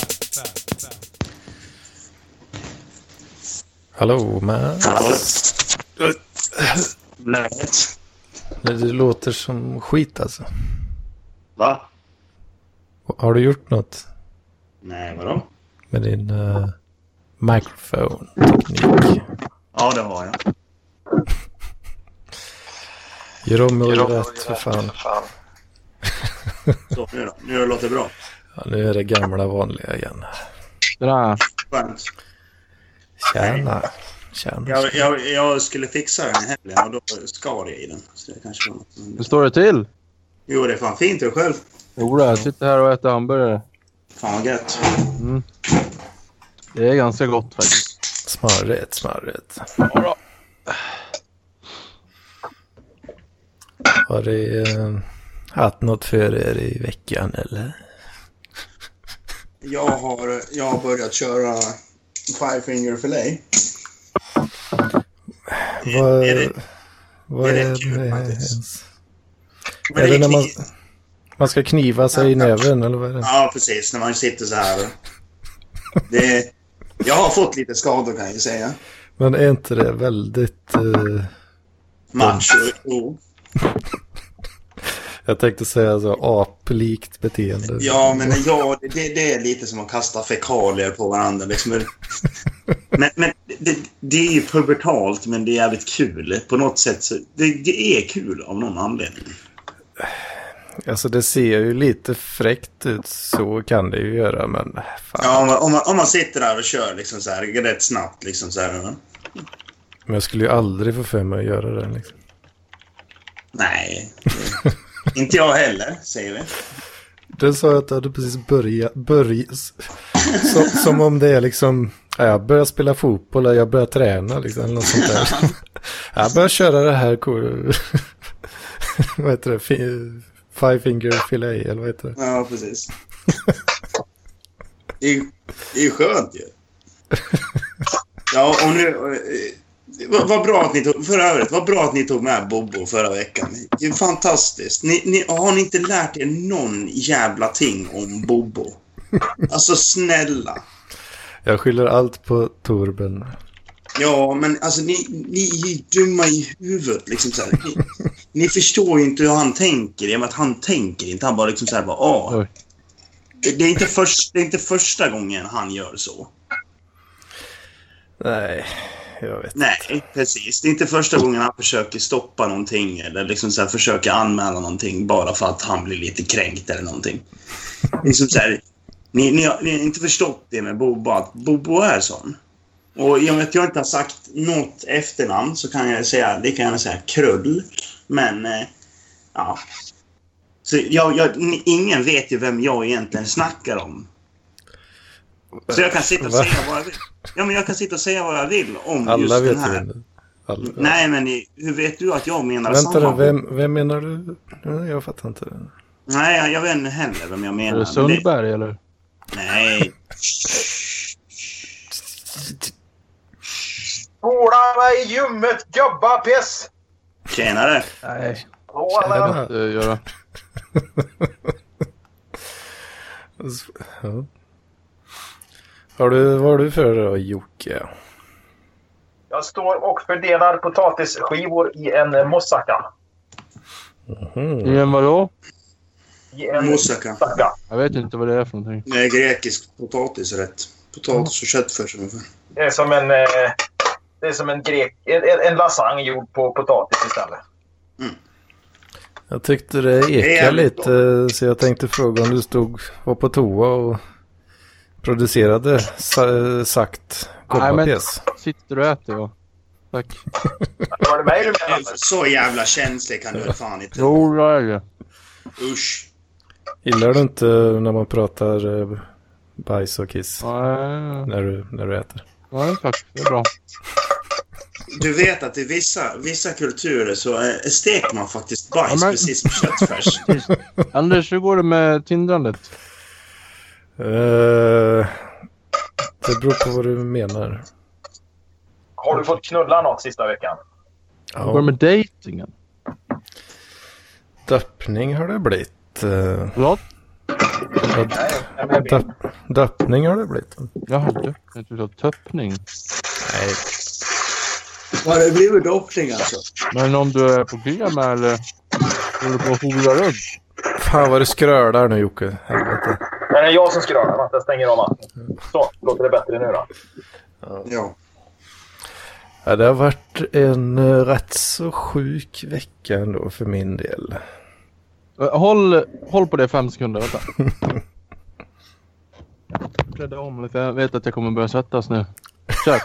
Hallå, Mats. Läget? Det låter som skit alltså. Va? Har du gjort något Nej, vadå? med din mikrofonteknik? Ja, det har jag. Gör om och gör rätt för fan. Så, nu då? Nu låter det bra. Ja, nu är det gamla vanliga igen. Bra. Skönt. Tjena. Jag skulle fixa den i helgen och då skar jag i den. Så det kanske var något. Hur står det till? Jo, det är fan fint. Du själv? Jo, jag sitter här och äter hamburgare. Fan vad gött. Mm. Det är ganska gott faktiskt. Smarrigt. Ja, Har du haft något för er i veckan eller? Jag har börjat köra Five Finger Fillet. Vad är det kul, det faktiskt? ens? Men Är det när kniv. man ska kniva sig i näven eller vad är det? Ja, precis. När man sitter så här. Jag har fått lite skador kan jag säga. Men är inte det väldigt... Macho. Oh. Jag tänkte säga så aplikt beteende. Ja, men det är lite som att kasta fekalier på varandra. Liksom. Men det är ju pubertalt, men det är jävligt kul. På något sätt så... Det är kul av någon anledning. Alltså det ser ju lite fräckt ut, så kan det ju göra, men fan. Ja, om man sitter där och kör liksom så här, rätt snabbt liksom så här. Men jag skulle ju aldrig få för mig att göra det liksom. Nej, inte jag heller, säger vi. Det sa jag att jag hade precis börjat som om det är liksom, jag börjar spela fotboll eller jag börjar träna liksom, eller något sånt där. Jag börjar köra det här vad heter det? Five Finger Fillet, eller vad heter det? Ja, precis. Det är ju skönt ju. Ja, och nu... Vad bra att ni tog... För övrigt, vad bra att ni tog med Bobo förra veckan. Det är fantastiskt. Har ni inte lärt er någon jävla ting om Bobo? Alltså, snälla. Jag skyller allt på Torben. Ja, men alltså ni är dumma i huvudet liksom så här. Ni förstår ju inte hur han tänker. I och med att han tänker inte. Han bara liksom så här bara, Det är inte första gången han gör så. Nej, jag vet. Nej, precis. Det är inte första gången han försöker stoppa någonting eller liksom så här försöker anmäla någonting bara för att han blir lite kränkt eller någonting. Liksom så här, ni har inte förstått det med Bobo, att Bobo är sån. Och i och med att jag inte har sagt något efternamn så kan jag säga, det kan jag säga Krull. Men, ja. Så ingen vet ju vem jag egentligen snackar om. Så jag kan sitta och säga vad jag vill. Ja, men jag kan sitta och säga vad jag vill om alla just den här. Alla. Nej, men hur vet du att jag menar vänta samma? Vem menar du? Jag fattar inte. Nej, jag vet inte heller vem jag menar. Är det Sundberg eller? Nej. Spola mig i ljummet, gubba piss! Tjenare. Nej. Tjena. Göra. Ja. Vad har du för då, Jocke? Jag står och fördelar potatisskivor i en moussaka. I en vadå? I en Moussaka. Jag vet inte vad det är för någonting. Det är grekisk potatisrätt. Potatis och köttfärs ungefär. Det är som en lasagne gjord på potatis istället. Jag tyckte det ekade lite, så jag tänkte fråga om du var på toa och producerade sagt koppapjäs. Sitter du och äter, ja. Tack. Var det mig du menade? Så jävla känslig kan du väl fan inte. Jo, det är det. Usch. Gillar du inte när man pratar bajs och kiss Nej, när du äter? nej, tack. Det är bra. Du vet att i vissa kulturer så steker man faktiskt bajs precis som köttfärs. Anders, hur går det med tindrandet? Det beror på vad du menar. Har du fått knulla något sista veckan? Hur går det med dejtingen? Döppning har det blivit. Förlåt? Döpning har det blivit. Jaha, döpning. Du sa töppning. Nej. Har det blivit döpning alltså? Men om du är på G med eller är du på att hola runt? Fan vad du skrölar nu, Jocke. Helvete. Det är jag som skrölar. Jag stänger av allt. Så, låter det bättre nu då? Ja. Ja, det har varit en rätt så sjuk vecka ändå för min del. Håll på det 5 sekunder. Vänta. Klädde om lite. Jag vet att jag kommer börja svettas nu. Kör.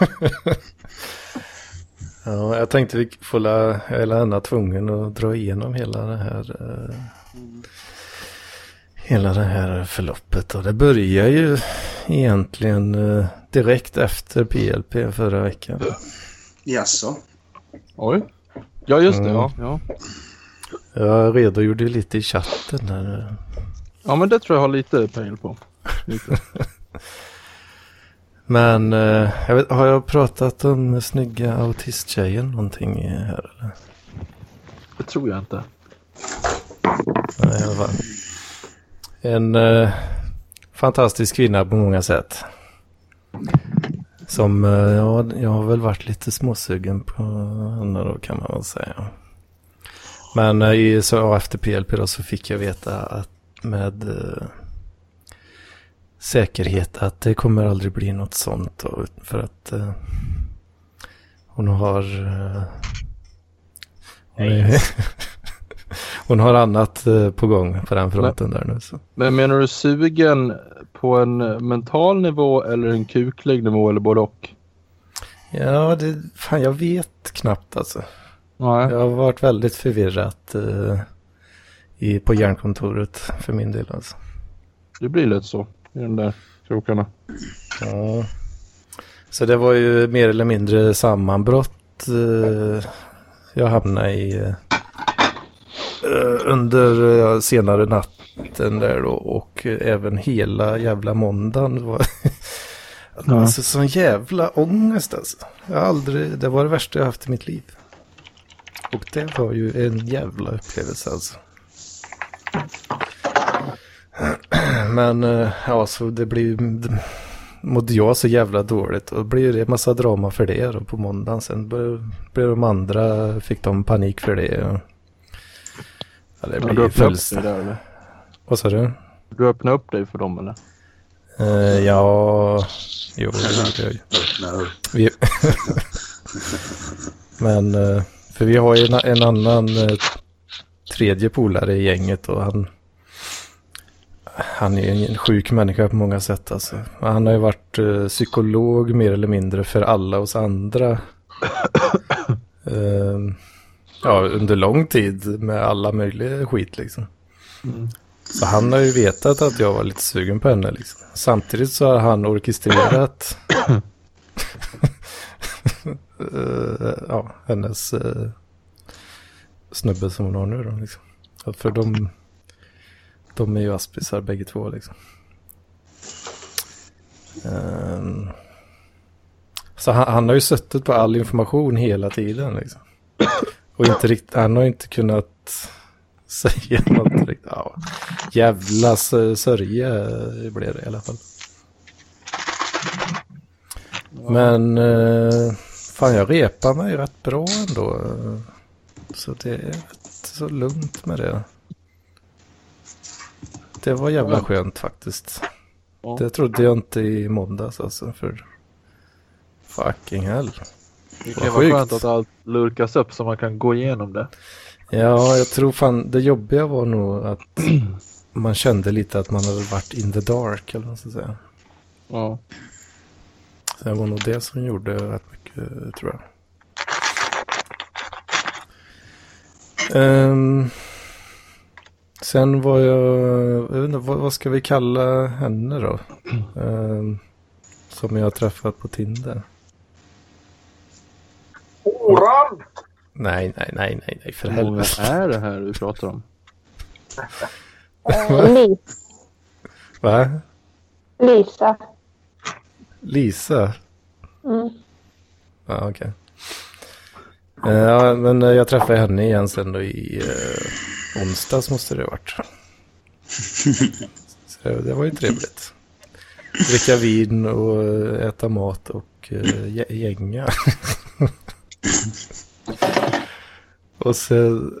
Ja, jag tänkte vi får ändå tvungen att dra igenom hela det här förloppet. Och det börjar ju egentligen direkt efter PLP förra veckan. Jaså? Oj. Ja, just det. Ja. Jag redogjorde lite i chatten där. Ja, men det tror jag har lite pejl på. Lite. Men har jag pratat om snygga autisttjejen någonting här eller? Det tror jag inte. Nej, i alla fall. En fantastisk kvinna på många sätt. Som jag har väl varit lite småsugen på henne då, kan man väl säga. Men efter PLP då så fick jag veta att med säkerhet att det kommer aldrig bli något sånt då, för att hon har hon har annat på gång på den fronten där nu. Så. Men menar du sugen på en mental nivå eller en kuklig nivå eller både och? Ja, jag vet knappt alltså. Nej. Jag har varit väldigt förvirrat på hjärnkontoret för min del alltså. Det blir lätt så i de där krokarna. Ja. Så det var ju mer eller mindre sammanbrott jag hamnade i under senare natten där då, och även hela jävla måndagen var alltså sån jävla ångest alltså. Det var det värsta jag haft i mitt liv. Och det var ju en jävla upplevelse alltså. Men ja, så det mådde jag så jävla dåligt. Och det blev det en massa drama för det då på måndagen. Sen blev de andra, fick de panik för det. Ja, det blev fullständigt. Eller? Vad sa du? Du öppnade upp dig för dem eller? Ja, jo, det gjorde jag ju. Men för vi har ju en annan tredje polare i gänget och han är en sjuk människa på många sätt alltså. Han har ju varit psykolog mer eller mindre för alla oss andra under lång tid med alla möjliga skit liksom. Så han har ju vetat att jag var lite sugen på henne liksom. Samtidigt så har han orkestrerat hennes snubbe som hon har nu då liksom. För de är ju aspisar bägge två liksom. Så han har ju suttit på all information hela tiden liksom. Och han har inte kunnat säga något riktigt. Ja, jävla sörja blev det i alla fall. Men fan, jag repar mig rätt bra ändå. Så det är rätt så lugnt med det. Det var jävla skönt faktiskt. Ja. Det trodde jag inte i måndags alltså, för fucking hell. Det kan vara skönt att allt lurkas upp så man kan gå igenom det. Ja, jag tror fan det jobbiga var nog att man kände lite att man hade varit in the dark eller vad man ska säga. Ja. Så det var nog det som gjorde rätt mycket, tror jag. Sen var jag vet inte, vad ska vi kalla henne då? Som jag har träffat på Tinder. Oran! Nej, för helvete. Vad är det här du pratar om? Va? Lisa? Mm. Ja, okej. Ja, men jag träffade henne igen sen då i onsdags måste det ha varit. Så Så det var ju trevligt. Dricka vin och äta mat och gänga. Och så...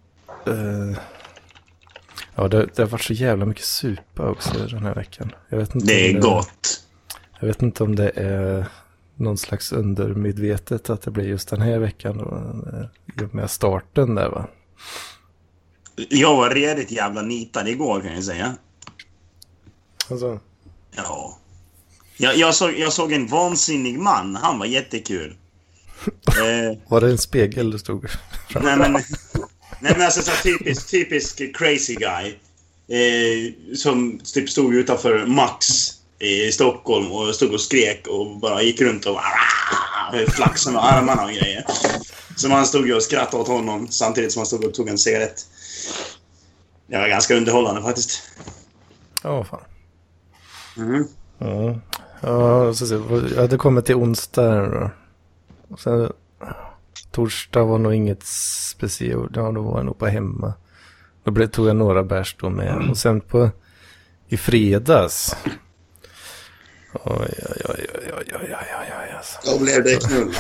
ja, det har varit så jävla mycket supa också den här veckan. Jag vet inte det är gott. Jag vet inte om det är någon slags undermedvetet att det blir just den här veckan då, med starten där, va? Jag var redigt jävla nitad igår, kan jag säga. Alltså. Ja. Jag såg en vansinnig man. Han var jättekul. Var det en spegel du stod nej men alltså så typisk crazy guy. Som typ stod utanför Max i Stockholm och stod och skrek och bara gick runt och flaxade med armarna och grejer. Så man stod ju och skrattade åt honom samtidigt som han stod och tog en cigarett. Det var ganska underhållande faktiskt. Ja, fan. Mm. Ja, jag hade kommit till onsdag då. Och sen torsdag var nog inget speciellt. Ja, då var jag nog på hemma. Då tog jag några bärs då med. Och sen i fredags. Oj. Alltså. Då blev det knulla.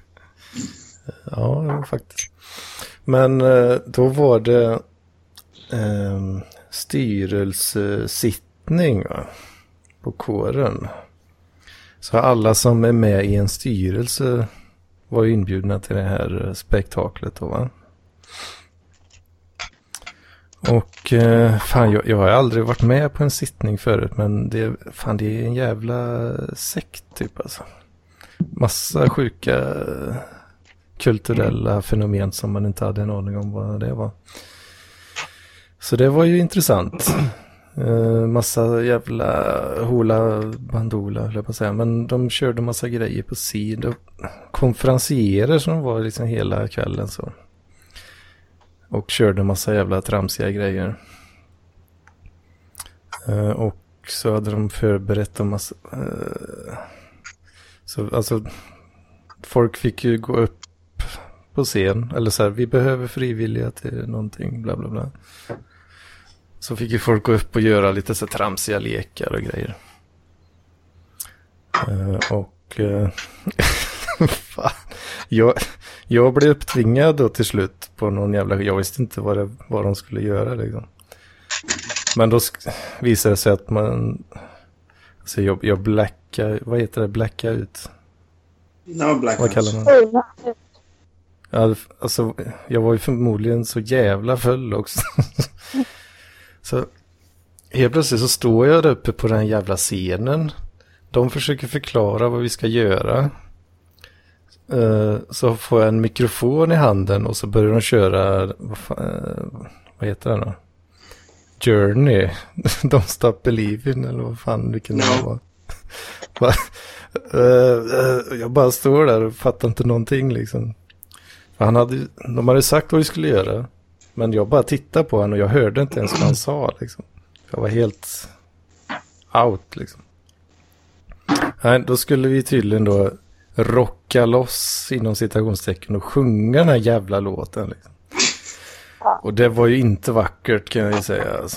Ja, faktiskt. Men då var det styrelsesittning, va? På kåren. Så alla som är med i en styrelse var inbjudna till det här spektaklet då, va? Och fan, jag har aldrig varit med på en sittning förut, men det är en jävla sekt typ alltså. Massa sjuka kulturella fenomen som man inte hade en aning om vad det var. Så det var ju intressant. Massa jävla hula bandola, höll jag på att säga. Men de körde massa grejer på sidan. Konferencierer som var liksom hela kvällen så. Och körde massa jävla tramsiga grejer. Och så hade de förberett en massa... så alltså... Folk fick ju gå upp på scen. Eller så här, vi behöver frivilliga till någonting, bla bla bla. Så fick ju folk gå upp och göra lite så tramsiga lekar och grejer. Fan. Jag blev upptvingad då till slut på någon jävla... Jag visste inte vad de skulle göra liksom. Men då visade det sig att man... Alltså jag blackade... Vad heter det? Blacka ut? No, vad kallar man? Ja, alltså jag var ju förmodligen så jävla full också. Så helt plötsligt så står jag där uppe på den jävla scenen. De försöker förklara vad vi ska göra. Så får jag en mikrofon i handen och så börjar de köra vad heter det då? Journey. Don't Stop Believing eller vad fan vilken det var. Jag bara står där och fattar inte någonting liksom. De hade sagt vad vi skulle göra. Men jag bara tittade på honom och jag hörde inte ens vad han sa liksom. Jag var helt out liksom. Nej, då skulle vi tydligen då rocka loss inom citationstecken och sjunga den här jävla låten liksom. Och det var ju inte vackert kan jag ju säga alltså.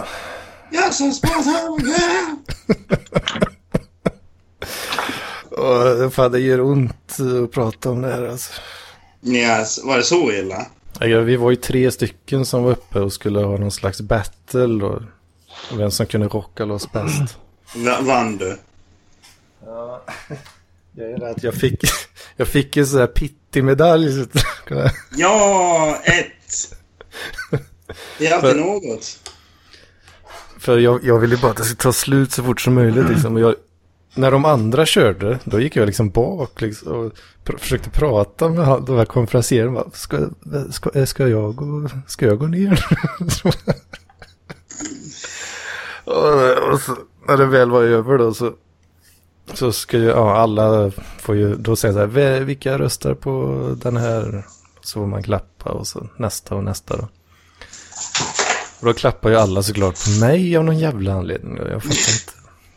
Och fan, det gör ont att prata om det här alltså. Yes, var det så illa? Ja, vi var ju 3 stycken som var uppe och skulle ha någon slags battle och vem som kunde rocka loss bäst. Vann du? Ja, jag är rädd. Jag fick en sån här pittig-medalj. Ja, 1. Det är alltid något. För jag ville bara att det skulle ta slut så fort som möjligt liksom. Och när de andra körde, då gick jag liksom bak liksom, och försökte prata med de här konferenserna. Ska jag gå ner? och så, när det väl var över då så ska ju, alla får ju då säga så här, vilka röstar på den här, så får man klappa och så nästa då. Och då klappar ju alla såklart på mig av någon jävla anledning. Jag fattar inte.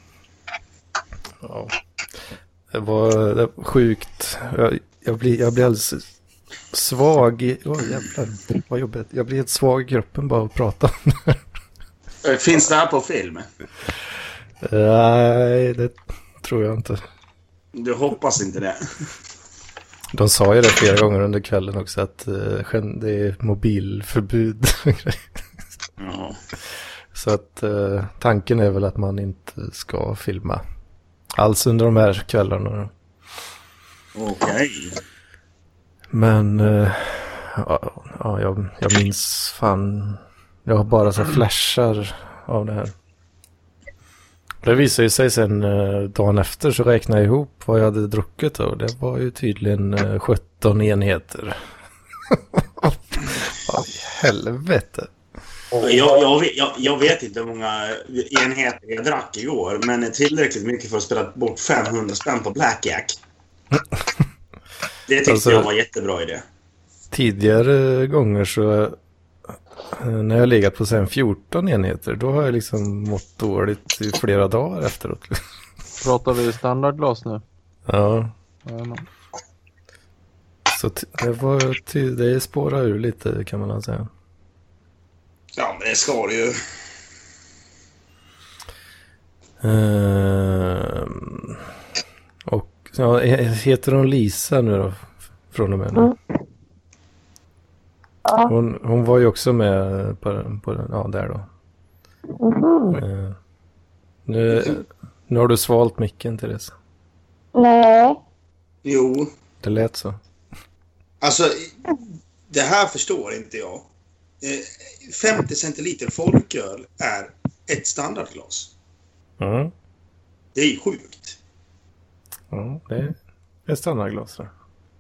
Ja. Det var sjukt. Jag blir alldeles svag i... jävlar. Vad jobbigt. Jag blir helt svag i kroppen bara att prata om det. Finns det här på film? Nej, det tror jag inte. Du hoppas inte det? De sa ju det flera gånger under kvällen också att det är mobilförbud. Ja. Så att tanken är väl att man inte ska filma alls under de här kvällarna. Okej. Men jag minns fan, jag har bara så flashar av det här. Det visade ju sig sen dagen efter så räknade jag ihop vad jag hade druckit och det var ju tydligen 17 enheter. Vad i helvete. Jag vet inte hur många enheter jag drack igår, men tillräckligt mycket för att spela bort 500 spänn på Blackjack. Det tyckte jag var jättebra idé. Tidigare gånger så när jag legat på sen 14 enheter då har jag liksom mått dåligt i flera dagar efteråt. Pratar vi standardglas nu? Ja. Jajamän. Så det spårar ur lite kan man säga. Ja, men det ska det ju. Och ja, heter hon Lisa nu då? Från och med nu. Hon var ju också med på där då. Nu har du svalt micken, Therese. Nej. Jo. Det lät så. Alltså, det här förstår inte jag. 50 centiliter folköl är ett standardglas. Mm. Det är sjukt. Ja, det är ett standardglas där.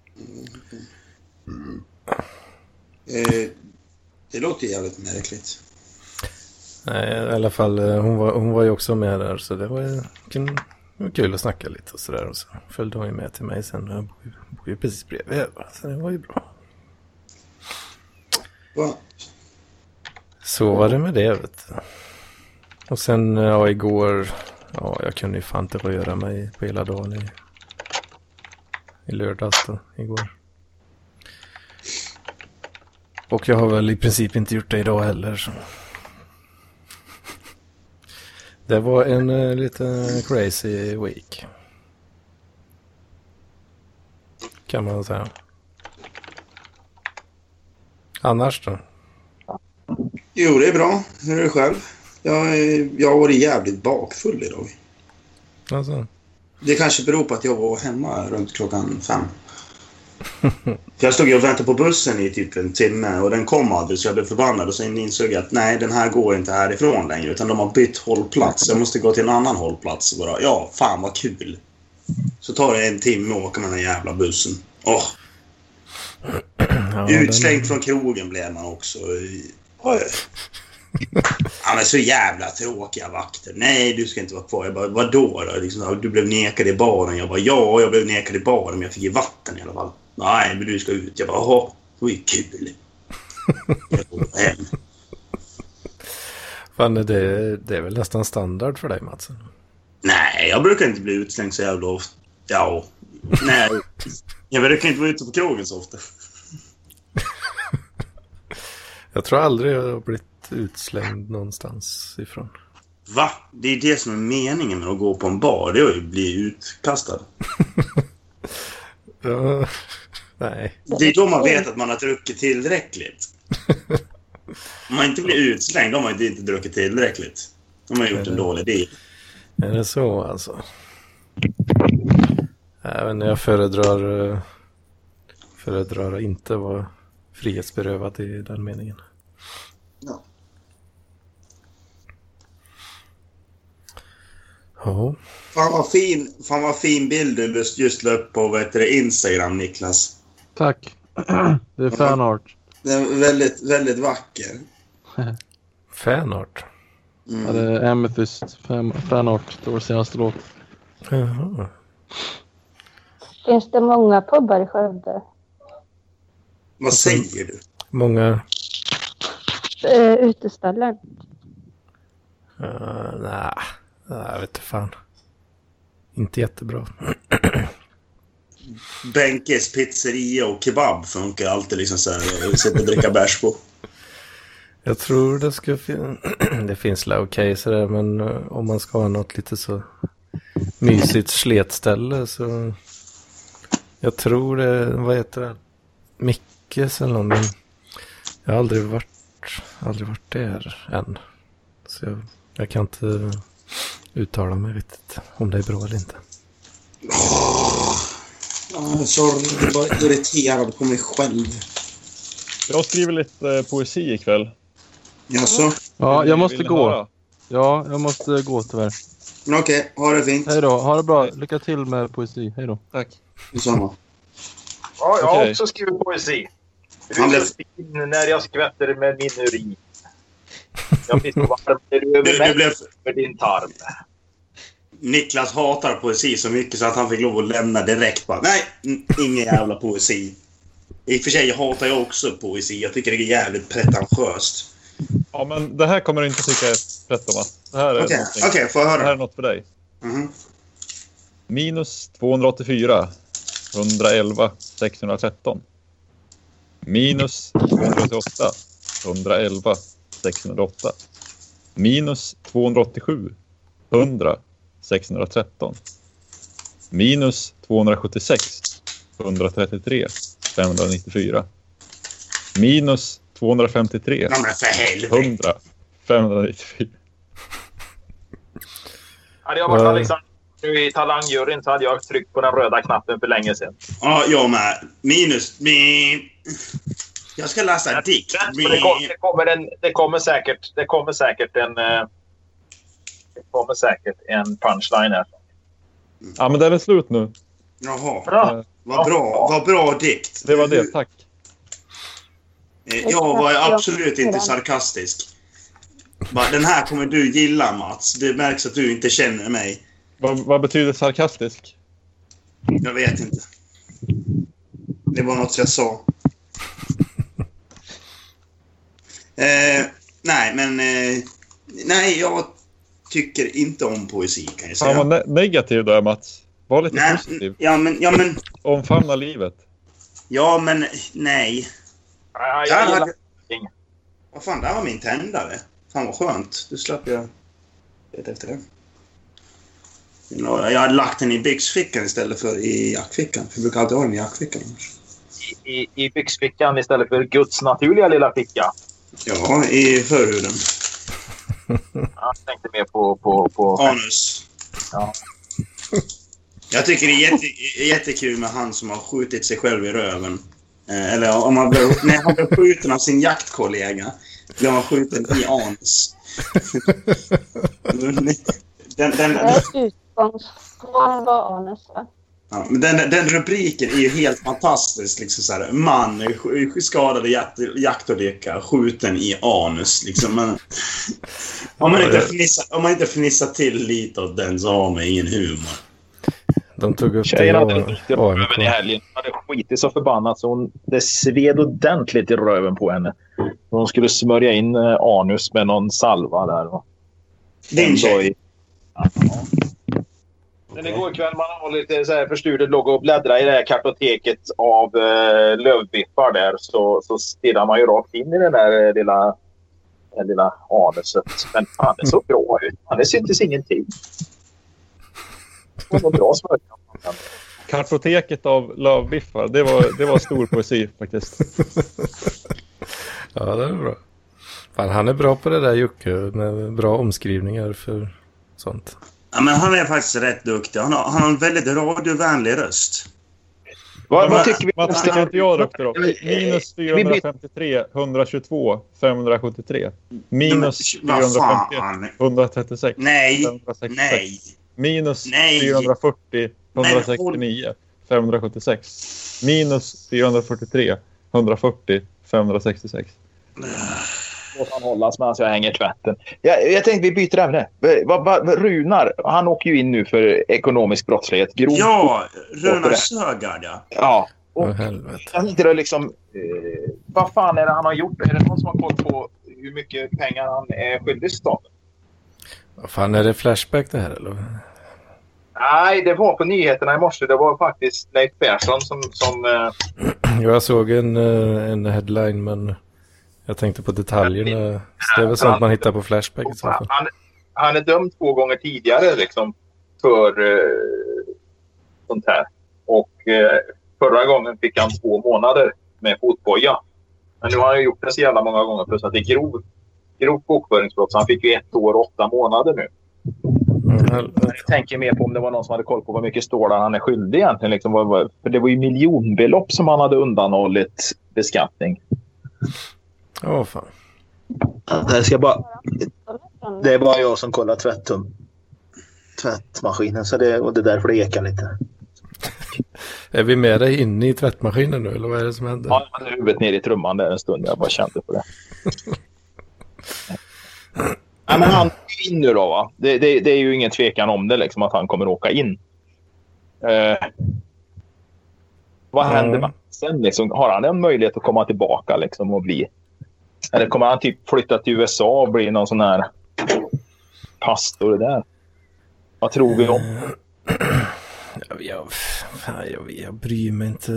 Det låter jävligt märkligt. Nej, i alla fall hon var ju också med där så det var kul att snacka lite och sådär och så följde hon ju med till mig sen. Jag bor ju precis bredvid så det var ju bra. Va? Så var det med det, vet du. Och sen igår, jag kunde ju fan inte röra mig på hela dagen i lördags då, igår. Och jag har väl i princip inte gjort det idag heller. Så. Det var en lite crazy week. Kan man säga. Annars då? Jo, det är bra. Hur är det själv? Jag har varit jävligt bakfull idag. Alltså. Det kanske beror på att jag var hemma runt klockan 5. Jag stod och väntade på bussen i typ en timme och den kom aldrig så jag blev förbannad och sen insåg jag att nej, den här går inte härifrån längre utan de har bytt hållplats. Jag måste gå till en annan hållplats och bara, ja, fan vad kul. Så tar det en timme och åker med den jävla bussen. Utslängd från krogen blev man också. Ja, men så jävla tråkiga vakter. Nej, du ska inte vara kvar. Jag bara, vadå då? Liksom, du blev nekad i baren. Jag bara, ja, jag blev nekad i baren men jag fick i vatten i alla fall. Nej, men du ska ut. Jag bara, jaha, det var ju kul. Jag går hem. Fan, det är väl nästan standard för dig, Mats? Nej, jag brukar inte bli utslängd så jävla ofta. Ja, nej. Jag brukar inte vara ute på krogen så ofta. Jag tror aldrig jag har blivit utslängd någonstans ifrån. Va? Det är det som är meningen med att gå på en bar. Det är att bli utkastad. Ja, nej. Det är då man vet att man har druckit tillräckligt. Om man inte blir utslängd, då har man inte druckit tillräckligt. De har gjort en dålig deal. Är det så alltså? Även när jag föredrar inte vara frihetsberövad i den meningen. Ja. Ja. Fan vad fin bild du just la upp på Instagram, Niklas. Tack. Det är fanart. Den är väldigt, väldigt vacker. Fanart? Mm. Ja, det är Amethyst fanart. Det var senaste låt. Jaha. Finns det många pubbar i Skövde? Vad säger du? Många... Uteställen. Nej, jag vet inte fan. Inte jättebra. Bänkes pizzeria och kebab funkar alltid liksom så här. Jag sitter och dricka bärs på. Jag tror det ska det finns okej sådär, men om man ska ha något lite så mysigt sletställe så jag tror det, vad heter det? Mickes eller någon, men jag har aldrig varit där än. Så jag kan inte uttala mig riktigt om det är bra eller inte. Jag är så irriterad på mig själv. Jag skriver lite poesi ikväll. Jaså? Ja, jag måste Vill ni gå. höra? Ja, jag måste gå tyvärr. Okej, ha det fint. Hej då, ha det bra. Lycka till med poesi. Hej då. Tack. Detsamma. Ja, jag har Okej. också skrivit poesi. Du Han är blev- så fin när jag skvätter med min urin. Jag blir så varm när du över Du mig blev... för din tarm. Niklas hatar poesi så mycket så att han fick lov att lämna direkt. Bara, nej, ingen jävla poesi. I och för sig hatar jag också poesi. Jag tycker det är jävligt pretentiöst. Ja, men det här kommer du inte tycka är rätt, Thomas. Det här är någonting. Okej, får jag Det här är höra? något för dig. Mhm. Minus 284. 111. 613. Minus 288. 111. 608. Minus 287. 100. 613. Minus 276. 133. 594. Minus 253. Ja, men för helvete. 100. 594. Hade jag varit Alexander nu i talangjuryn så hade jag tryckt på den röda knappen för länge sedan. Ja, jag med. Minus... Jag ska läsa dikt. Det kommer säkert en punchline här. Ja, men den är slut nu. Jaha, Ja. vad bra dikt. Det var det, tack. Jag var absolut inte sarkastisk. Bara, den här kommer du gilla, Mats. Det märks att du inte känner mig. Vad betyder sarkastisk? Jag vet inte. Det var något jag sa. Nej, jag tycker inte om poesi, kan jag säga. Han var negativ där, Mats. Var lite positiv. Ja, men Omfamna livet. nej. Jag gillar Vad fan, där var min tändare. Fan vad skönt. Du slapp jag leta efter den. Jag hade lagt den i byxfickan istället för i jackfickan. För jag brukar alltid ha den i jackfickan. i byxfickan istället för Guds naturliga lilla ficka. Ja, i förhuden. Jag tänkte mer på Anus. Ja. Jag tycker det är jättekul med han som har skjutit sig själv i röven. Eller om han blev skjuten av sin jaktkollega. Blev han skjuten i anus. Utgångsform var anus, va? Ja, men den rubriken är ju helt fantastisk. Liksom så här, man skadade jaktolycka, skjuten i anus. Liksom. Men, om man inte fnissar till lite åt den så har man ingen humor. De tog upp Tjejerna det hade röven i helgen. Hon hade skitit så förbannat så det sved ordentligt i röven på henne. Hon skulle smörja in anus med någon salva där. Din tjej? Men igår kväll man har lite så här förstudet låg och bläddra i det här kartoteket av lövbiffar där så stirrar man ju rakt in i den där lilla anuset. Men han är så bra ut. Det syntes ingenting. Det var bra smörja. Kartoteket av lövbiffar. Det var stor poesi faktiskt. Ja, det är bra. Fan, han är bra på det där, Jocke, med bra omskrivningar för sånt. Ja, men han är faktiskt rätt duktig. Han har en väldigt radiovänlig röst. Vad tycker vi? Mats, det kan inte jag rökta då. Minus 453, 122, 573. Minus 451, 136, Nej, 566. nej. Minus Nej. 440, 169, 576. Minus 443, 140, 566. Låt han hållas medan jag hänger tvätten. Jag tänkte vi byter ämne. Runar, han åker ju in nu för ekonomisk brottslighet. Ja, Runar Sögaard, ja. Ja. Åh, helvete. Jag tänkte då liksom... vad fan är det han har gjort? Är det någon som har koll på hur mycket pengar han är skyldig staten? Vad fan, är det Flashback det här, eller? Nej, det var på nyheterna i morse. Det var faktiskt Leif Persson som Jag såg en headline, men Jag tänkte på detaljerna. Det är väl sånt man hittar på Flashback i så fall. Han är dömd 2 gånger tidigare liksom, för sånt här. Och förra gången fick han 2 månader med fotboja. Men nu har han gjort det så jävla många gånger för så att det är grovt bokföringsbrott. Så han fick ju 1 år och 8 månader nu. Jag tänker mer på om det var någon som hade koll på vad mycket stålar han är skyldig egentligen. Liksom, för det var ju miljonbelopp som han hade undanhållit beskattning. Fan. Det är bara jag som kollar tvättmaskinen så det är därför det ekar lite. Är vi med dig inne i tvättmaskinen nu eller vad är det som händer? Ja, jag hade huvudet ner i trumman där en stund. Jag bara kände på det. Nej, men han är in nu då, va? Det är ju ingen tvekan om det liksom, att han kommer åka in. Vad händer med sen? Liksom? Har han en möjlighet att komma tillbaka liksom, och bli... Eller kommer han typ flytta till USA och bli någon sån här pastor där? Vad tror vi om? Jag bryr mig inte.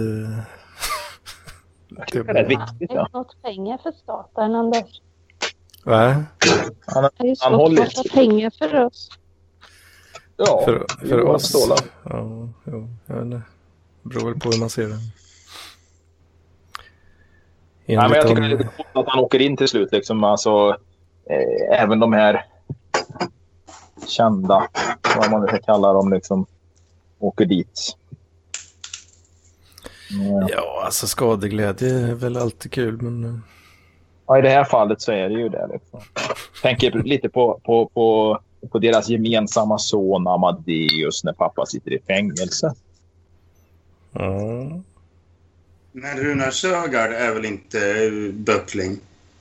Det är rätt viktigt. Det är något pengar för staten, Anders. Va? Han håller pengar för oss. Ja, för oss. Ja, jag vet inte. Det beror väl på hur man ser det. Nej, men jag tycker det är lite coolt att han åker in till slut. Liksom. Alltså, även de här kända, vad man nu ska kalla dem, liksom, åker dit. Ja, alltså skadeglädje är väl alltid kul, men... Ja, i det här fallet så är det ju det. Liksom. Tänker lite på deras gemensamma son Amadeus när pappa sitter i fängelse. Mm. Men Runar Sögaard är väl inte böckling?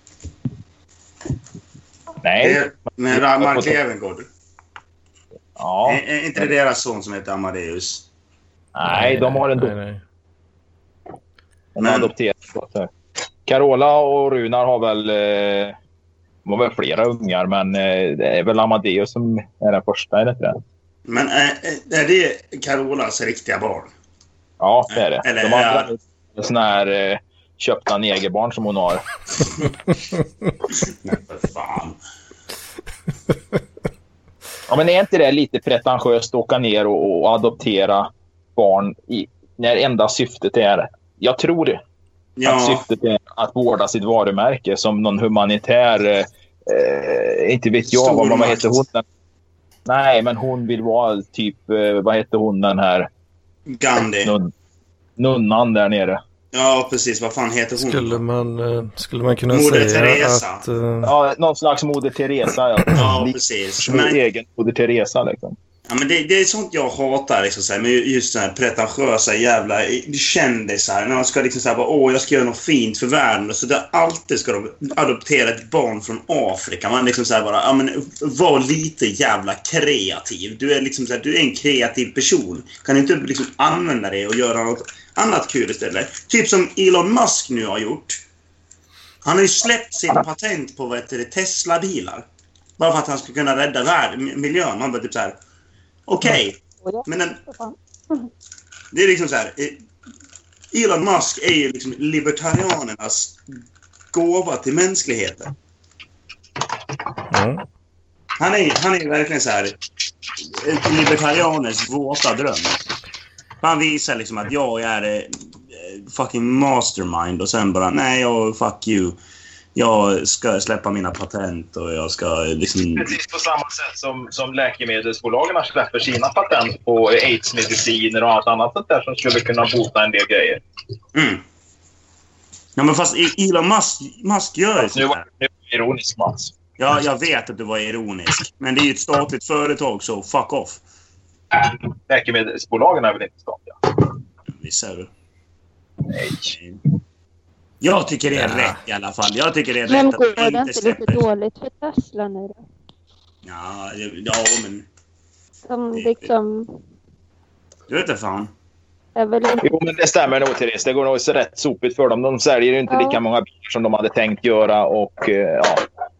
Nej. Men Mark Levengood. Ja. Är inte det deras son som heter Amadeus? Nej, de har en Nej. De har adopterat. Carola och Runar har väl flera ungar, men det är väl Amadeus som är den första, är det inte det? Men är det Carolas riktiga barn? Ja, det är det. Eller de har såna här köpta negerbarn som hon har. Nej, för fan. Ja, men är inte det lite pretentiöst att åka ner och adoptera barn när enda syftet är, jag tror det, att syftet är att vårda sitt varumärke som någon humanitär, inte vet jag vad heter hon? Nej, men hon vill vara typ, vad heter hon den här? Gandhi. Nunnan där nere. Ja, precis. Vad fan heter hon? Skulle man kunna Moder säga Teresa. att... Ja, någon slags Moder Teresa. Ja, precis. Men egen Moder Teresa, liksom. Ja, men det är sånt jag hatar, liksom, så här, med just sådana här pretentiösa jävla kändisar. När de ska liksom säga, jag ska göra något fint för världen. Och så där alltid ska de adoptera ett barn från Afrika. Man liksom så här bara, var lite jävla kreativ. Du är liksom så här, du är en kreativ person. Kan du inte liksom använda det och göra något annat kul istället? Typ som Elon Musk nu har gjort. Han har ju släppt sin patent på Tesla-bilar. Bara för att han ska kunna rädda miljön. Man bara typ så här. Okej, men det är liksom så här. Elon Musk är ju liksom libertarianernas gåva till mänskligheten. Mm. Han är verkligen så här libertarianers våta dröm. Han visar liksom att jag är fucking mastermind och sen bara, nej, fuck you. Jag ska släppa mina patent och jag ska liksom... Precis på samma sätt som läkemedelsbolagen släpper sina patent på AIDS-mediciner och allt annat sånt där som skulle kunna bota en del grejer. Mm. Ja, men fast Elon Musk gör det. Nu var det ironiskt, Mats. Ja, jag vet att du var ironisk. Men det är ju ett statligt företag, så fuck off. Läkemedelsbolagen är väl inte statliga? Visst är det. Nej. Jag tycker det är rätt i alla fall. Jag tycker det är Men rätt att går det inte lite dåligt för Tesla nu då? Ja, men... Som liksom... Du vet inte fan. Jo, men det stämmer nog, Therese. Det går nog så rätt sopigt för dem. De säljer ju inte lika många bilar som de hade tänkt göra och ja.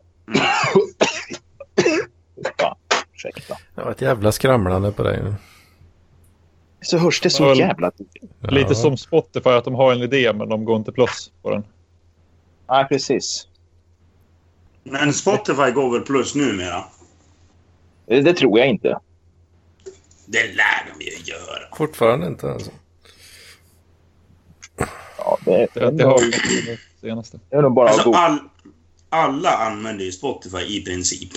Ursäkta. Det var ett jävla skramlande på dig nu. Så hörs det så jävla... Lite som Spotify, att de har en idé men de går inte plus på den. Nej, precis. Men Spotify går väl plus numera? Det tror jag inte. Det lär de ju göra. Fortfarande inte alltså. Ja, det har ju det senaste. Det är nog bara Alltså, god. alla använder ju Spotify i princip.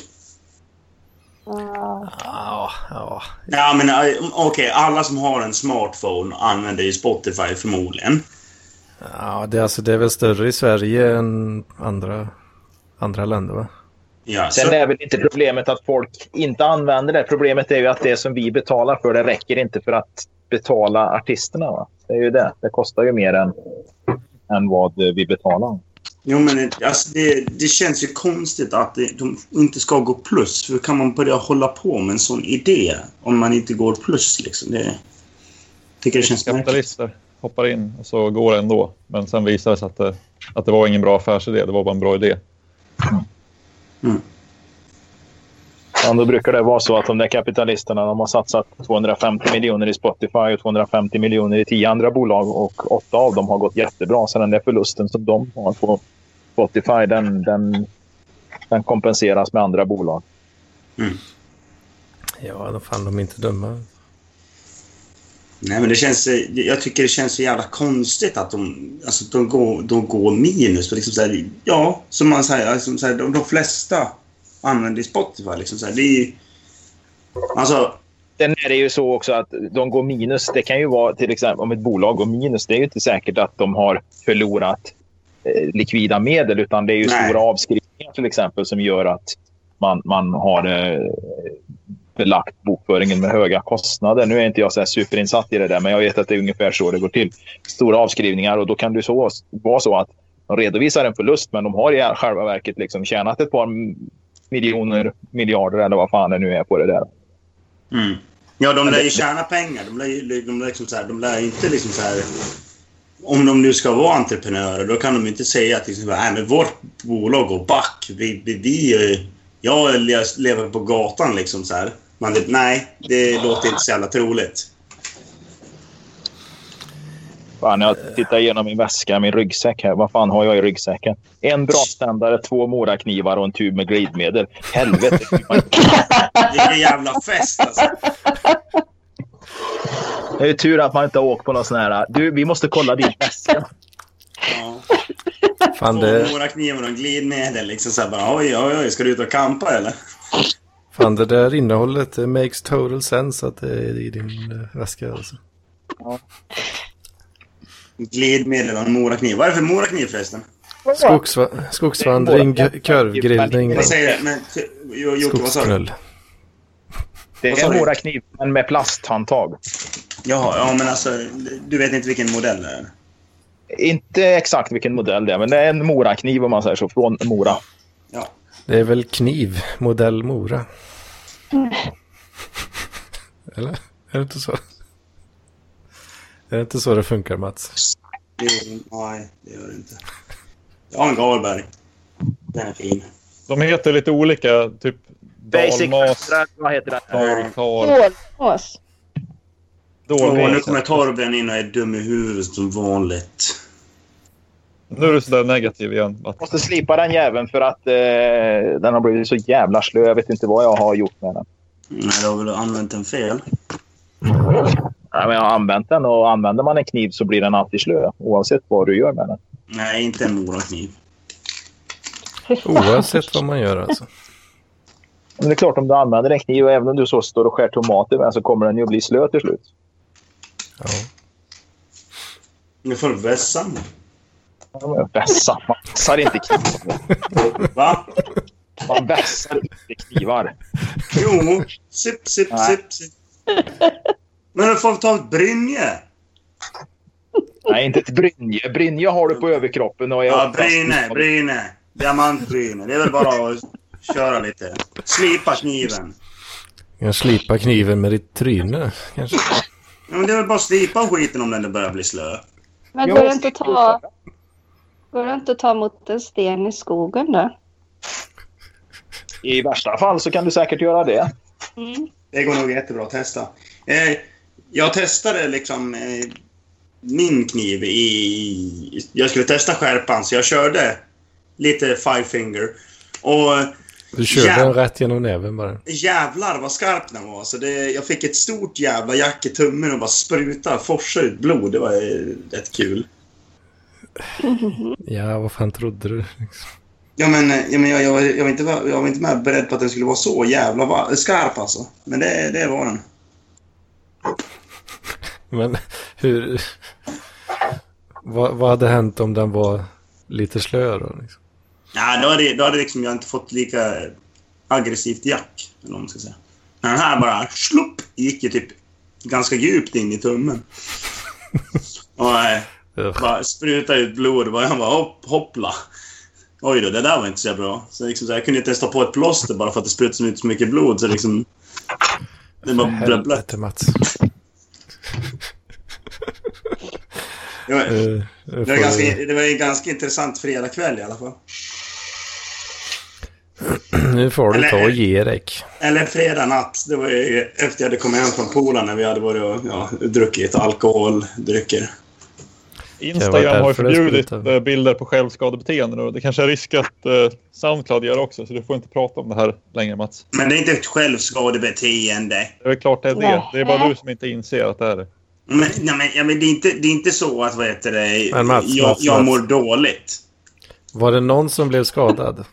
Ja, men okej, alla som har en smartphone använder ju Spotify förmodligen. Ja, det är väl större i Sverige än andra länder, va? Ja, Sen är väl inte problemet att folk inte använder det. Problemet är ju att det som vi betalar för, det räcker inte för att betala artisterna, va? Det är ju det. Det kostar ju mer än vad vi betalar. Jo, men alltså, det känns ju konstigt att de inte ska gå plus. Hur kan man börja hålla på med en sån idé om man inte går plus liksom? Tycker det känns kapitalister hoppar in och så går det ändå. Men sen visar det sig att det var ingen bra affärsidé. Det var bara en bra idé. Mm. Ja, då brukar det vara så att de där kapitalisterna, de har satsat 250 miljoner i Spotify och 250 miljoner i 10 andra bolag, och 8 av dem har gått jättebra. Så den där förlusten som de har på Spotify, den kompenseras med andra bolag. Mm. Ja, då fan de är inte döma. Nej, men jag tycker det känns så jävla konstigt att de går minus. För liksom så här, ja, som man säger, liksom så här, de flesta använder Spotify liksom så här, det är ju, alltså. Sen är det ju så också att de går minus. Det kan ju vara till exempel om ett bolag går minus. Det är ju inte säkert att de har förlorat likvida medel, utan det är ju stora avskrivningar till exempel som gör att man har belagt bokföringen med höga kostnader. Nu är inte jag så här superinsatt i det där, men jag vet att det är ungefär så det går till. Stora avskrivningar, och då kan det vara så att de redovisar en förlust, men de har i själva verket liksom tjänat ett par miljarder eller vad fan det nu är på det där. Mm. Ja, de lär ju tjäna pengar. De lär inte liksom så här, om de nu ska vara entreprenörer, då kan de inte säga att liksom, men vårt bolag går back. Jag lever på gatan liksom så här. Nej, det låter inte så jävla troligt. Fan, jag tittar igenom min väska, min ryggsäck här. Vad fan har jag i ryggsäcken? En brasständare, 2 moraknivar och en tub med glidmedel. Helvete. Vilken jävla fest alltså. Det är ju tur att man inte har åkt på någon sån här. Du, vi måste kolla din väska. Ja. Fan, 2 moraknivar och en glidmedel liksom så här bara, oj, ska du ut och kampa eller? Fan, det där innehållet makes total sense att det är i din väska alltså. Ja. Glidmedel och en morakniv. Vad är det för morakniv förresten? Skogsvandring, körvgrillning. Vad säger du? Men Jocke, vad sa du? Det är en morakniv, men med plasthandtag. Ja, men alltså, du vet inte vilken modell det är? Inte exakt vilken modell det är, men det är en morakniv om man säger så, från Mora. Ja. Det är väl kniv, modell Mora. Eller? Är det inte så? Är det inte så det funkar, Mats? Nej, det gör det inte. Jag har en Garberg. Den är fin. De heter lite olika, typ Basic, Dalmas. vad heter det? Dalmas. Nu kommer Torben in och är dum i huvudet som vanligt. Nu är du sådär negativ igen. Jag måste slipa den jäveln för att den har blivit så jävla slö. Jag vet inte vad jag har gjort med den. Nej, du har väl använt den fel? Ja, men jag har använt den, och använder man en kniv så blir den alltid slö. Oavsett vad du gör med den. Nej, inte en morakniv. Oavsett vad man gör alltså. Men det är klart, om du använder en kniv och även om du så står och skär tomater med, så kommer den ju att bli slö till slut. Ja. Nu får du vässa. Ja, vässa. Man vässar inte knivar. Va? Man vässar inte knivar. Jo, sipp. Men du får ta ett brynje. Nej, inte ett brynje. Brynje har du på överkroppen. Och bryne. Diamantbryne. Det är väl bara att köra lite. Slipa kniven. Jag slipa kniven med ditt tryne, kanske. Ja, men det är väl bara att slipa skiten om den börjar bli slö. Men går det inte att ta mot en sten i skogen då? I värsta fall så kan du säkert göra det. Mm. Det går nog jättebra att testa. Jag testade liksom min kniv jag skulle testa skärpan, så jag körde lite five finger Och du körde den rätt genom näven bara. Jävlar vad skarp den var. Så jag fick ett stort jävla jack i tummen och bara forsa ut blod. Det var rätt kul. Ja, vad fan trodde du? Jag var inte med beredd på att den skulle vara så jävla skarp alltså. Men det var den. Men hur... Vad hade hänt om den var lite slö då? Liksom? Ja, då hade liksom jag inte fått lika aggressivt jack. Eller vad man ska säga. Men den här bara slupp gick ju typ ganska djupt in i tummen. Och bara sprutade ut blod. Och jag bara hoppla. Oj då, det där var inte så bra. Så liksom, jag kunde inte ens ta på ett plåster bara för att det sprutade ut så mycket blod. Så liksom... Det var blött. Det var en ganska intressant fredagkväll i alla fall. Nu får du ta och ge dig. Eller fredag natt. Det var ju efter jag hade kommit hem från Polen när vi hade varit och druckit alkoholdrycker. Instagram har ju förbjudit bilder på självskadebeteenden och det kanske är risk att Soundcloud gör också, så du får inte prata om det här längre, Mats. Men det är inte ett självskadebeteende. Det är klart det är det. Det är bara du som inte inser att det är det. Men det är inte så att Mats. Jag mår dåligt. Var det någon som blev skadad?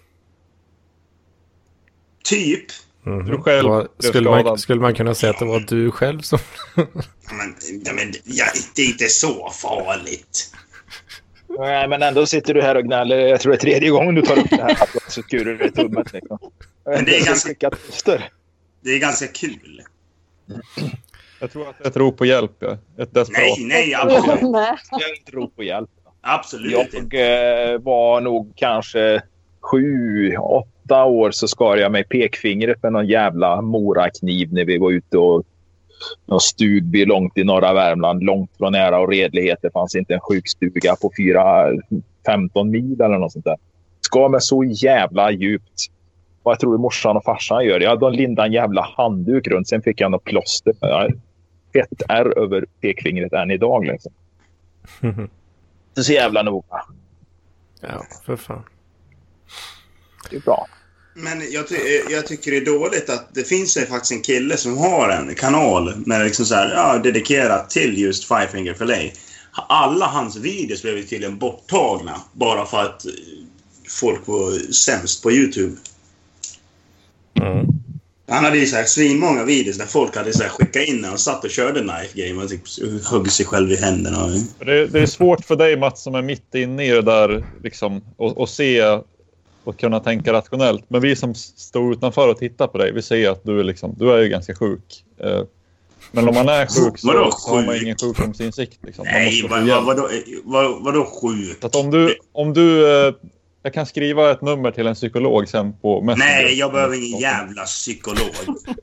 Typ. Du själv skulle man kunna säga att det var du själv som... det är inte så farligt. Nej, men ändå sitter du här och gnäller. Jag tror det är 3:e gången du tar upp det här. Så skurar du i tummet. Liksom. Men det är ganska kul. Jag tror att det är ett rop på hjälp. Ja. Ett desperat. Nej, absolut. Jag är ett rop på hjälp. Absolut. Jag var nog kanske 7-8 år så skar jag mig pekfingret med någon jävla morakniv när vi var ute och någon stugby långt i norra Värmland, långt från nära och redlighet. Det fanns inte en sjukstuga på 15 mil eller något sånt där. Skar mig så jävla djupt. Och jag tror morsan och farsan gör det. Jag hade lindade en jävla handduk runt. Sen fick jag något plåster. Ett R över pekfingret än idag. Liksom. Det är så jävla noga. Ja, för fan. Det är bra. Men jag tycker det är dåligt att det finns faktiskt en kille som har en kanal med liksom så här, dedikerat till just Five Finger Fillet. Alla hans videos blev tydligen borttagna bara för att folk var sämst på YouTube. Mm. Han hade ju så här svinmånga videos där folk hade så här skickat in när han satt och körde knife game och typ högg sig själv i händerna. Det är svårt för dig, Mats, som är mitt inne i det där liksom, och se och kunna tänka rationellt. Men vi som står utanför och tittar på dig, vi ser att du är ju ganska sjuk. Men om man är sjuk så har man ingen sjukdomsinsikt. Liksom. Nej, vadå sjuk? Att om du jag kan skriva ett nummer till en psykolog sen på Messenger. Nej, jag behöver ingen jävla psykolog.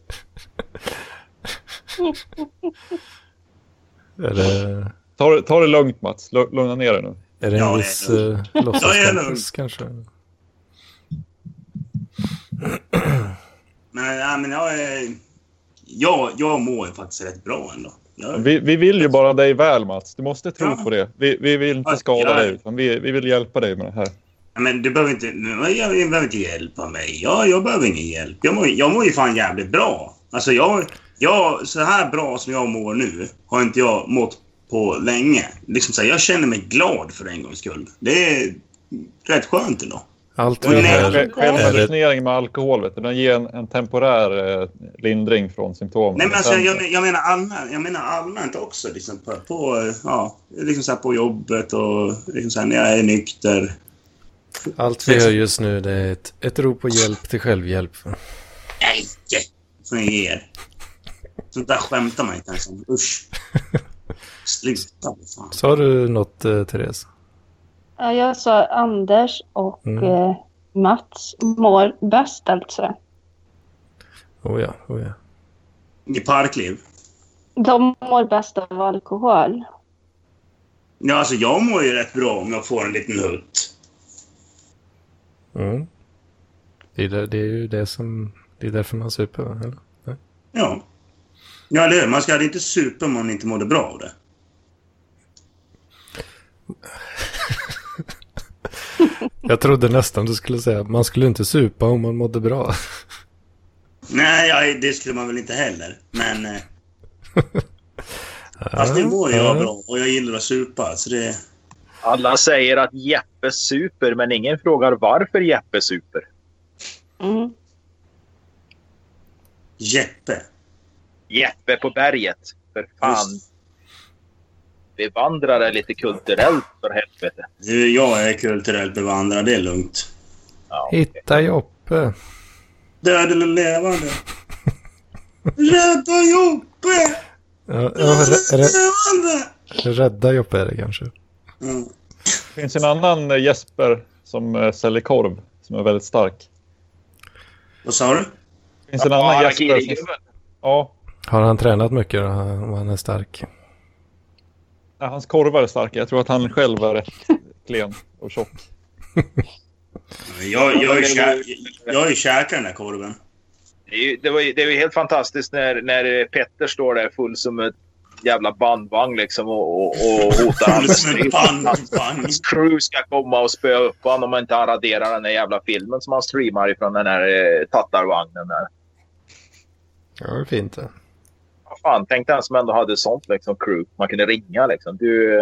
Ta det lugnt, Mats. Lugna ner dig nu. Är det en viss låtsaskänsla kanske? Men jag mår faktiskt rätt bra ändå. Vi vill ju bara dig väl, Mats. Du måste tro på det. Vi vill inte skada dig, utan vi vill hjälpa dig med det här. Men du behöver inte hjälpa mig. Jag behöver ingen hjälp. Jag mår ju fan jävligt bra. Alltså jag så här bra som jag mår nu har inte jag mått på länge. Liksom så här, jag känner mig glad för en gångs skull. Det är rätt skönt ändå. Självmedicinering med alkohol, vet du, den ger en temporär lindring från symptomen. Nej, men alltså, jag menar allmänt också liksom liksom så här på jobbet och liksom så här, när jag är nykter. Allt vi hör just nu, det är ett rop på hjälp till självhjälp. Nej, som jag ger. Sånt där skämtar man inte ens om. Usch. Sluta. Fan. Sa du något, Therese? Ja, jag sa Anders och Mats mår bäst alltså. Oh ja. I Parkliv? De mår bäst av alkohol. Ja, alltså jag mår ju rätt bra om jag får en liten hutt. Mm. Det är ju det som... Det är därför man super, eller? Nej. Ja. Ja, det är. Man ska inte supa om man inte mådde bra av det. Jag trodde nästan du skulle säga att man skulle inte supa om man mådde bra. Nej, det skulle man väl inte heller. Men... Fast nu mår jag bra och jag gillar att supa. Så det... Alla säger att Jeppe super, men ingen frågar varför Jeppe super. Mm. Jeppe på berget. För fan. Bevandrare lite kulturellt för helvete. Du, jag är kulturellt bevandrad, det är lugnt. Ja, Hitta Joppe. Död eller levande. Rädda Joppe! Rädda Joppe är det kanske. Mm. Det finns en annan Jesper som säljer korv som är väldigt stark. Vad sa du? Det finns en annan Jesper som... Ja. Har han tränat mycket då, om han är stark? Ja, hans korvar är starka. Jag tror att han själv är rätt klen och tjock. Jag har ju käkat den där korven. Det var ju helt fantastiskt när Petter står där full som ett jävla bandvagn liksom och hotar hans crew ska komma och spöa upp honom om man inte raderar den där jävla filmen som han streamar ifrån den här tattarvagnen där. Ja, det är fint det. Vad fan, tänk den som ändå hade sånt liksom crew. Man kunde ringa liksom.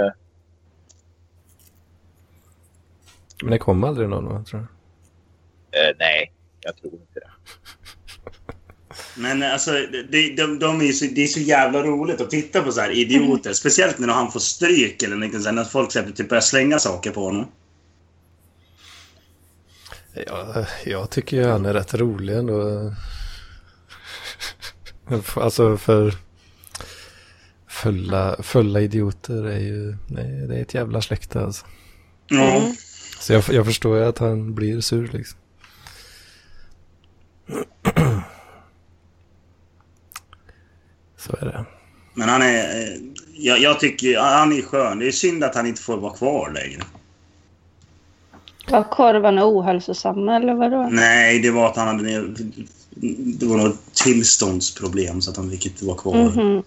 Men det kom aldrig någon, tror jag. Nej, jag tror inte det. Men alltså, det är så jävla roligt att titta på så här idioter. Speciellt när han får stryk eller när folk typ börjar slänga saker på honom. Ja, jag tycker ju han är rätt rolig ändå. Alltså för fulla idioter är ju... Nej, det är ett jävla släkte alltså. Mm. Så jag förstår ju att han blir sur liksom. Så är det. Men han är... Jag tycker han är skön. Det är synd att han inte får vara kvar längre. Var korvarna ohälsosamma eller vadå? Nej, det var att han hade... Det var något tillståndsproblem så att han fick inte vara kvar. Mm-hmm.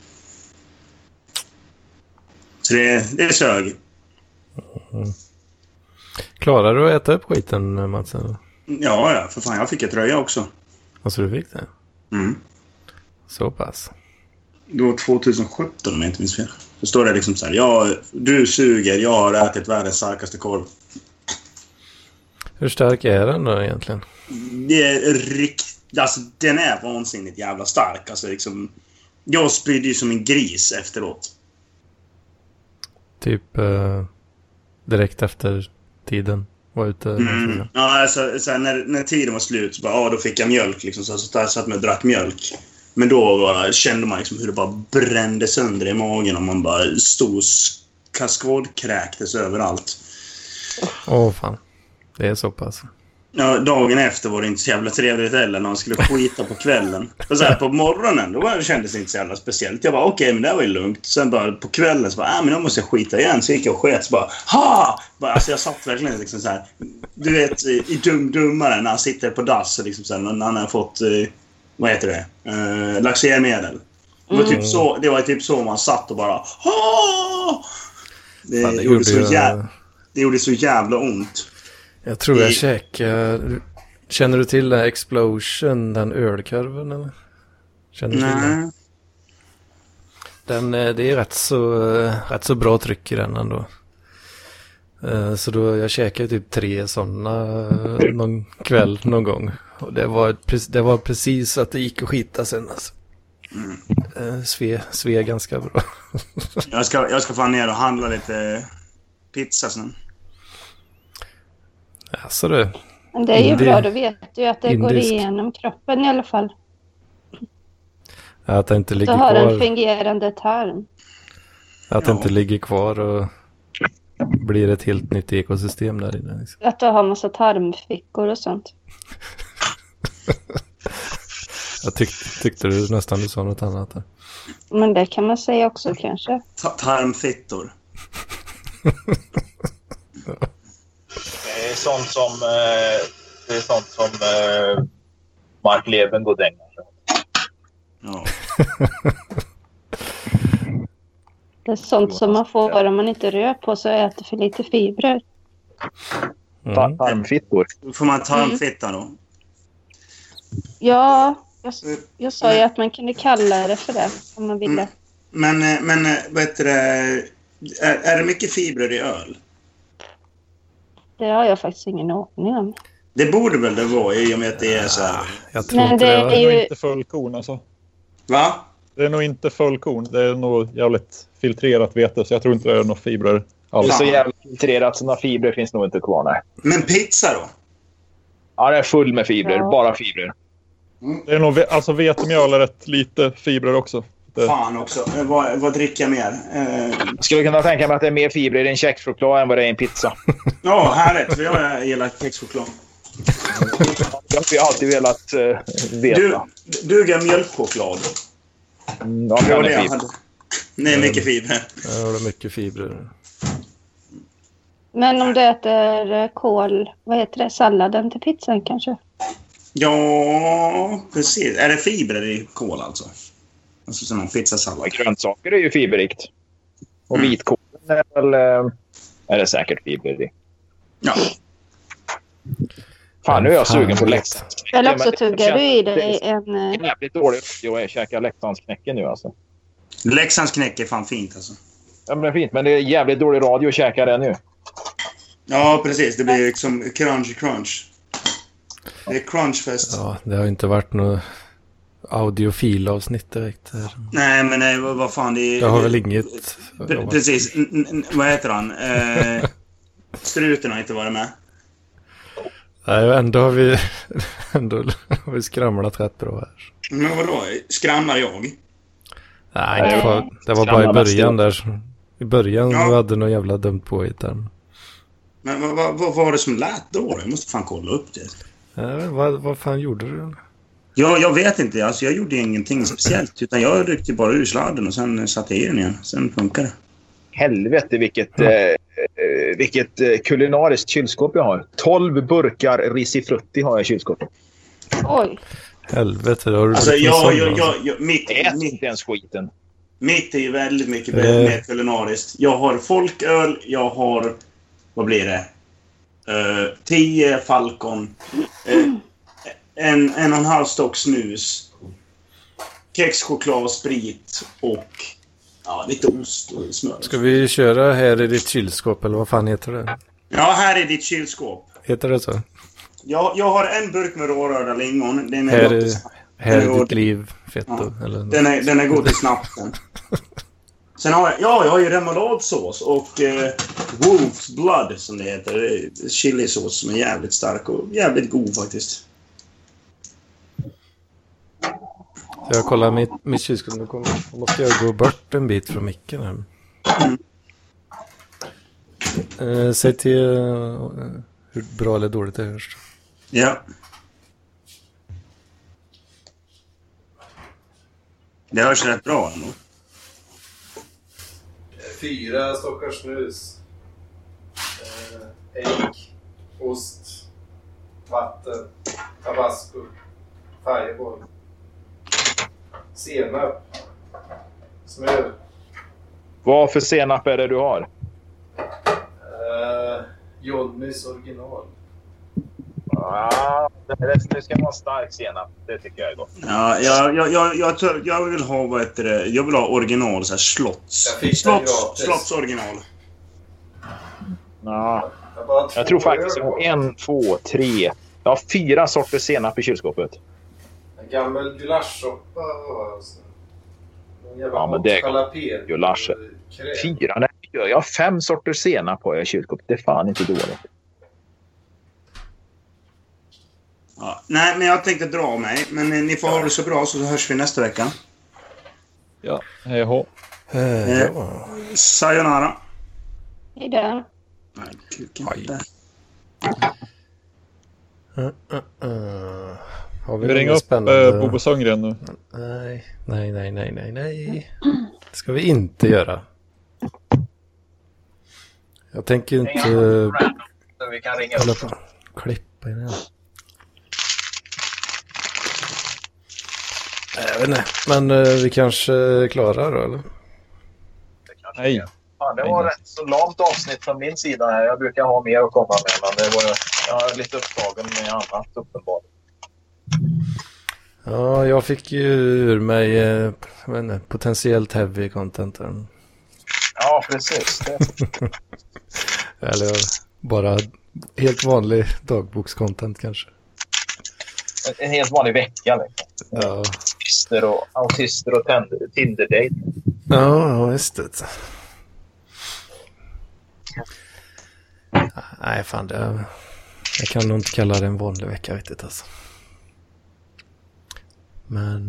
Så det sög. Mm. Klarar du att äta upp skiten, Mats? Ja, för fan. Jag fick ett tröja också. Alltså du fick det? Mm. Så pass. Det var 2017 om jag inte minns fel. Så står det liksom så här. Du suger, jag har ätit världens starkaste korv. Hur stark är den då egentligen? Det är riktigt... Alltså den är vansinnigt jävla stark. Alltså liksom... Jag spydde ju som en gris efteråt. Typ direkt efter tiden var ute. Ja, alltså så här, när tiden var slut så bara, då fick jag mjölk liksom. Så jag satt med och drack mjölk. Men då kände man liksom hur det bara brände sönder i magen och man bara stod kaskadkräktes överallt. Åh fan, det är så pass. Ja, dagen efter var det inte så jävla trevligt heller när man skulle skita på kvällen. Och så här på morgonen, då kändes det inte så jävla speciellt. Jag bara, okej, men det var ju lugnt. Sen bara på kvällen så bara, men då måste jag skita igen. Så gick jag och sket så bara, alltså jag satt verkligen liksom så här. Du vet, i dummare när han sitter på dass och liksom så här, när han har fått, vad heter det? Laxermedel. Det var typ så man satt och bara, det gjorde så jävla ont. Jag tror jag käkade... Känner du till den Explosion, den ölkorven eller? Känner du till den? Det är rätt så bra tryck i den ändå. Så då jag käkade typ 3 sådana någon kväll någon gång. Och det var precis att det gick att skita sen alltså. Sve ganska bra. Jag ska fan ner och handla lite pizza sen. Alltså det. Men det är ju bra, då vet du att det går igenom kroppen i alla fall. Att det inte ligger kvar. Du har kvar. en fungerande tarm. Att det inte ligger kvar och blir ett helt nytt ekosystem där inne. Liksom. Att du har massa tarmfickor och sånt. Jag tyckte du nästan du sa något annat där. Men det kan man säga också kanske. Tarmfittor. Det är sånt som Mark Levengood ägnar sig. Ja. Det är sånt som man får om man inte rör på sig och äter för lite fibrer. Tarmfittor. Får man tarmfitta då? Ja, jag sa ju att man kunde kalla det för det om man ville. Men vad heter det? Är det mycket fibrer i öl? Det har jag faktiskt ingen aning om. Det borde väl det vara i och med att det är så här. Jag tror Men inte det det. är Det är nog ju... inte fullkorn alltså. Va? Det är nog inte fullkorn. Det är nog jävligt filtrerat vete. Så jag tror inte det är några fibrer Det är alls. så jävla filtrerat så några fibrer finns nog inte kvar. Nej. Men pizza då? Ja, det är full med fibrer. Ja. Bara fibrer. Det är nog alltså vetemjöl är rätt lite fibrer också. Fan också. Vad dricker jag mer? Jag skulle kunna tänka mig att det är mer fibrer i en kexchoklad än vad det är i en pizza. Ja, härligt. För jag gillar kexchoklad. Jag har ju alltid velat veta. Duger mjölkchoklad? Ja, Det men var det det är jag fibrer. hade. Det är mycket fibrer. Ja, det är mycket fibrer. Men om du äter kål, vad heter det? Salladen till pizzan kanske? Ja, precis. Är det fibrer i kål alltså? Alltså sån här pizzasallad. Grönsaker är ju fiberrikt. Och vitkål är väl... är det säkert fiber i. Ja. Fan, nu är jag sugen på Leksandsknäcken. Eller också tuggar du i dig en... Det är jävligt dåligt att käka Leksandsknäcken nu alltså. Leksandsknäck är fan fint alltså. Ja, men det är fint. Men det är jävligt dålig radio att käka det nu. Ja, precis. Det blir liksom crunch. Det är crunchfest. Ja, det har inte varit något audiofilavsnitt direkt här. Nej, men nej, vad fan. Det är... Jag har väl inget... Precis. Vad heter han? Struten har inte varit med. Nej, ändå har vi skramlat rätt bra här. Men vadå? Skramlar jag? Nej, det var bara i början där. I början vi hade någon jävla dumt påhitt där. Men vad var det som lät då? Jag måste fan kolla upp det. Vad fan gjorde du? Ja, jag vet inte. Alltså, jag gjorde ingenting speciellt. Utan jag ryckte bara ur sladden och sen satte jag i den igen. Sen funkar det. Helvete vilket kulinariskt kylskåp jag har. 12 burkar risifrutti har jag i kylskåpet. Oj. Helvete, då har du... Alltså, mitt inte ens skiten. Mitt är ju väldigt mycket mer kulinariskt. Jag har folköl, jag har... Vad blir det? 10 Falcon. En och en halv stock snus. Kexchoklad, sprit och... Ja, lite ost och smör. Ska vi köra här i ditt kylskåp, eller vad fan heter det? Ja, här är ditt kylskåp. Heter det så? Ja, jag har en burk med rårörda lingon. Den Här är är ditt liv, fett ja, eller den är god till snabben. Sen har jag har ju remouladsås och Wolf's Blood som det heter. Chilisås som är jävligt stark och jävligt god faktiskt. Så jag kollar mitt kylskåp. Nu måste jag gå bort en bit från micken här. Säg till hur bra eller dåligt det hörs. Ja. Det hörs rätt bra ändå. 4 stockar snus. Ägg. Ost. Vatten. Tabasco. Fireball. Senap. Smör. Vad för senap är det du har? Johnnys original. Det ska vara stark senap. Det tycker jag är gott. Ja, jag vill ha vad heter det? Jag vill ha original så här Slotts original. Ja. Jag tror faktiskt 1, 2, 3. Jag har 4 sorter senap i kylskåpet. En gammal gulaschsoppa. Ja, men det är gulasch. 4? Nej, jag har 5 sorter senap på i kylskåpet. Det är fan inte dåligt. Ja, nej, men jag tänkte dra mig. Men ni får ha det så bra så hörs vi nästa vecka. Ja, hej hå. Sayonara. Hejdå. Nej, kuken. Har Vi ringer upp Bobo Sundgren nu. Nej. Det ska vi inte göra. Jag tänker inte... Vi kan ringa hålla på klippa i den. Jag vet inte, men vi kanske klarar då, eller? Nej. Ja, det var rätt så långt avsnitt från min sida här. Jag brukar ha mer att komma med, men jag är lite upptagen med annat uppenbarligen. Ja, jag fick ju ur mig potentiellt heavy content. Ja, precis. Eller bara helt vanlig dagbokscontent kanske. En helt vanlig vecka. Liksom. Ja. Autister och Tinder-date. Ja, just det. Nej, fan jag kan nog inte kalla det en vanlig vecka riktigt alltså. Men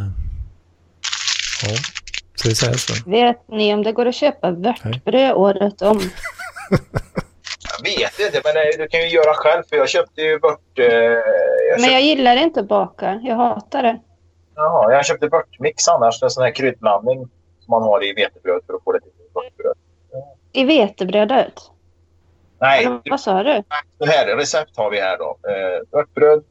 ja, så vi säger så. Vet ni om det går att köpa vörtbröd året om? Jag vet inte, men du kan ju göra själv, för jag köpte ju Men jag gillar inte att baka, jag hatar det. Jaha, jag köpte vörtmix annars, en sån här kryddblandning som man har i vetebröd för att få det till vörtbröd. I vetebrödet? Nej. Eller, vad sa du? Det här recept har vi här då. Vörtbröd.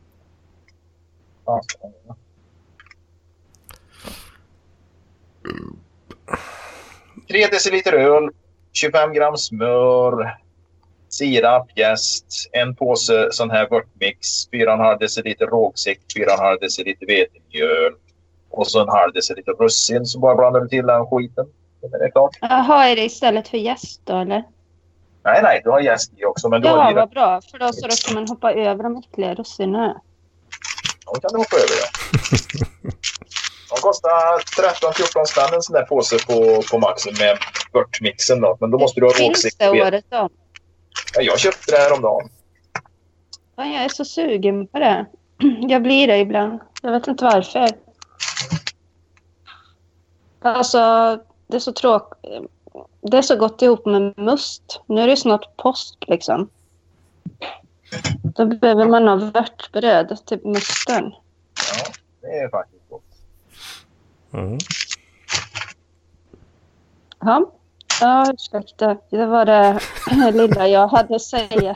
3 deciliter öl, 25 gram smör, sirap, jäst, en påse sån här vörtmix, 4,5 deciliter rågsikt, 4,5 deciliter vetemjöl och så en halv deciliter russin, så bara blandar du till den skiten. Det är klart. Jaha, är det istället för jäst då, eller? Nej, du har jäst i också. Men du ja, har vad bra. För då så kan man hoppa över de ytterligare russinerna. Ja, kan du hoppa över, ja. De kostar 13-14 spänn en sån där påse på Maxen med vörtmixen då. Men då måste du ha rågsikt. Finns det året om? Ja, jag köpte det här om dagen. Ja, jag är så sugen på det. Jag blir det ibland. Jag vet inte varför. Alltså, det är så tråkigt. Det är så gott ihop med must. Nu är det snart påsk liksom. Då behöver man ha vörtbröd till musten. Ja, det är faktiskt gott. Mm. Ja, ursäkta. Det var det lilla jag hade att säga.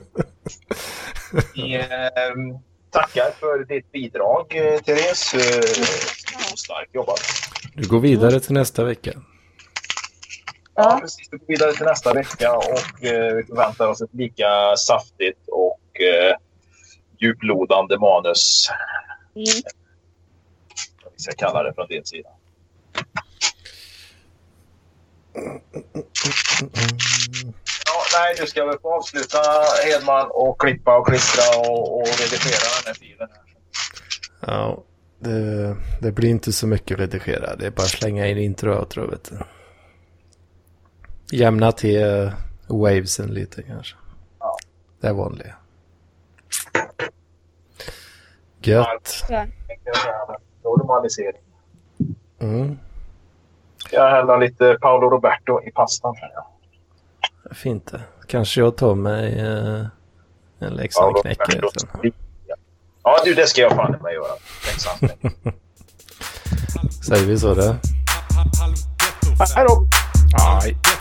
Tackar för ditt bidrag, Therese. Starkt jobbat. Du går vidare till nästa vecka. Ja, precis. Vi går vidare till nästa vecka och vi förväntar oss ett lika saftigt och djuplodande manus. Vi ska kalla det från din sida. Ja, nej, du ska väl få avsluta, Hedman, och klippa och klistra och redigera den här filen här. Ja, det blir inte så mycket redigera. Det är bara att slänga in intro och outro, vet du. Jämna till wavesen lite kanske. Ja. Det är vanligt. Gött. Ja. Normalisering. Mm. Jag häller lite Paolo Roberto i pastan. Fint det. Kanske jag tar mig en Leksandknäcke. Ja, du, det ska jag fan med göra. Leksandknäcke. Säger vi så det? Hej då! Aj.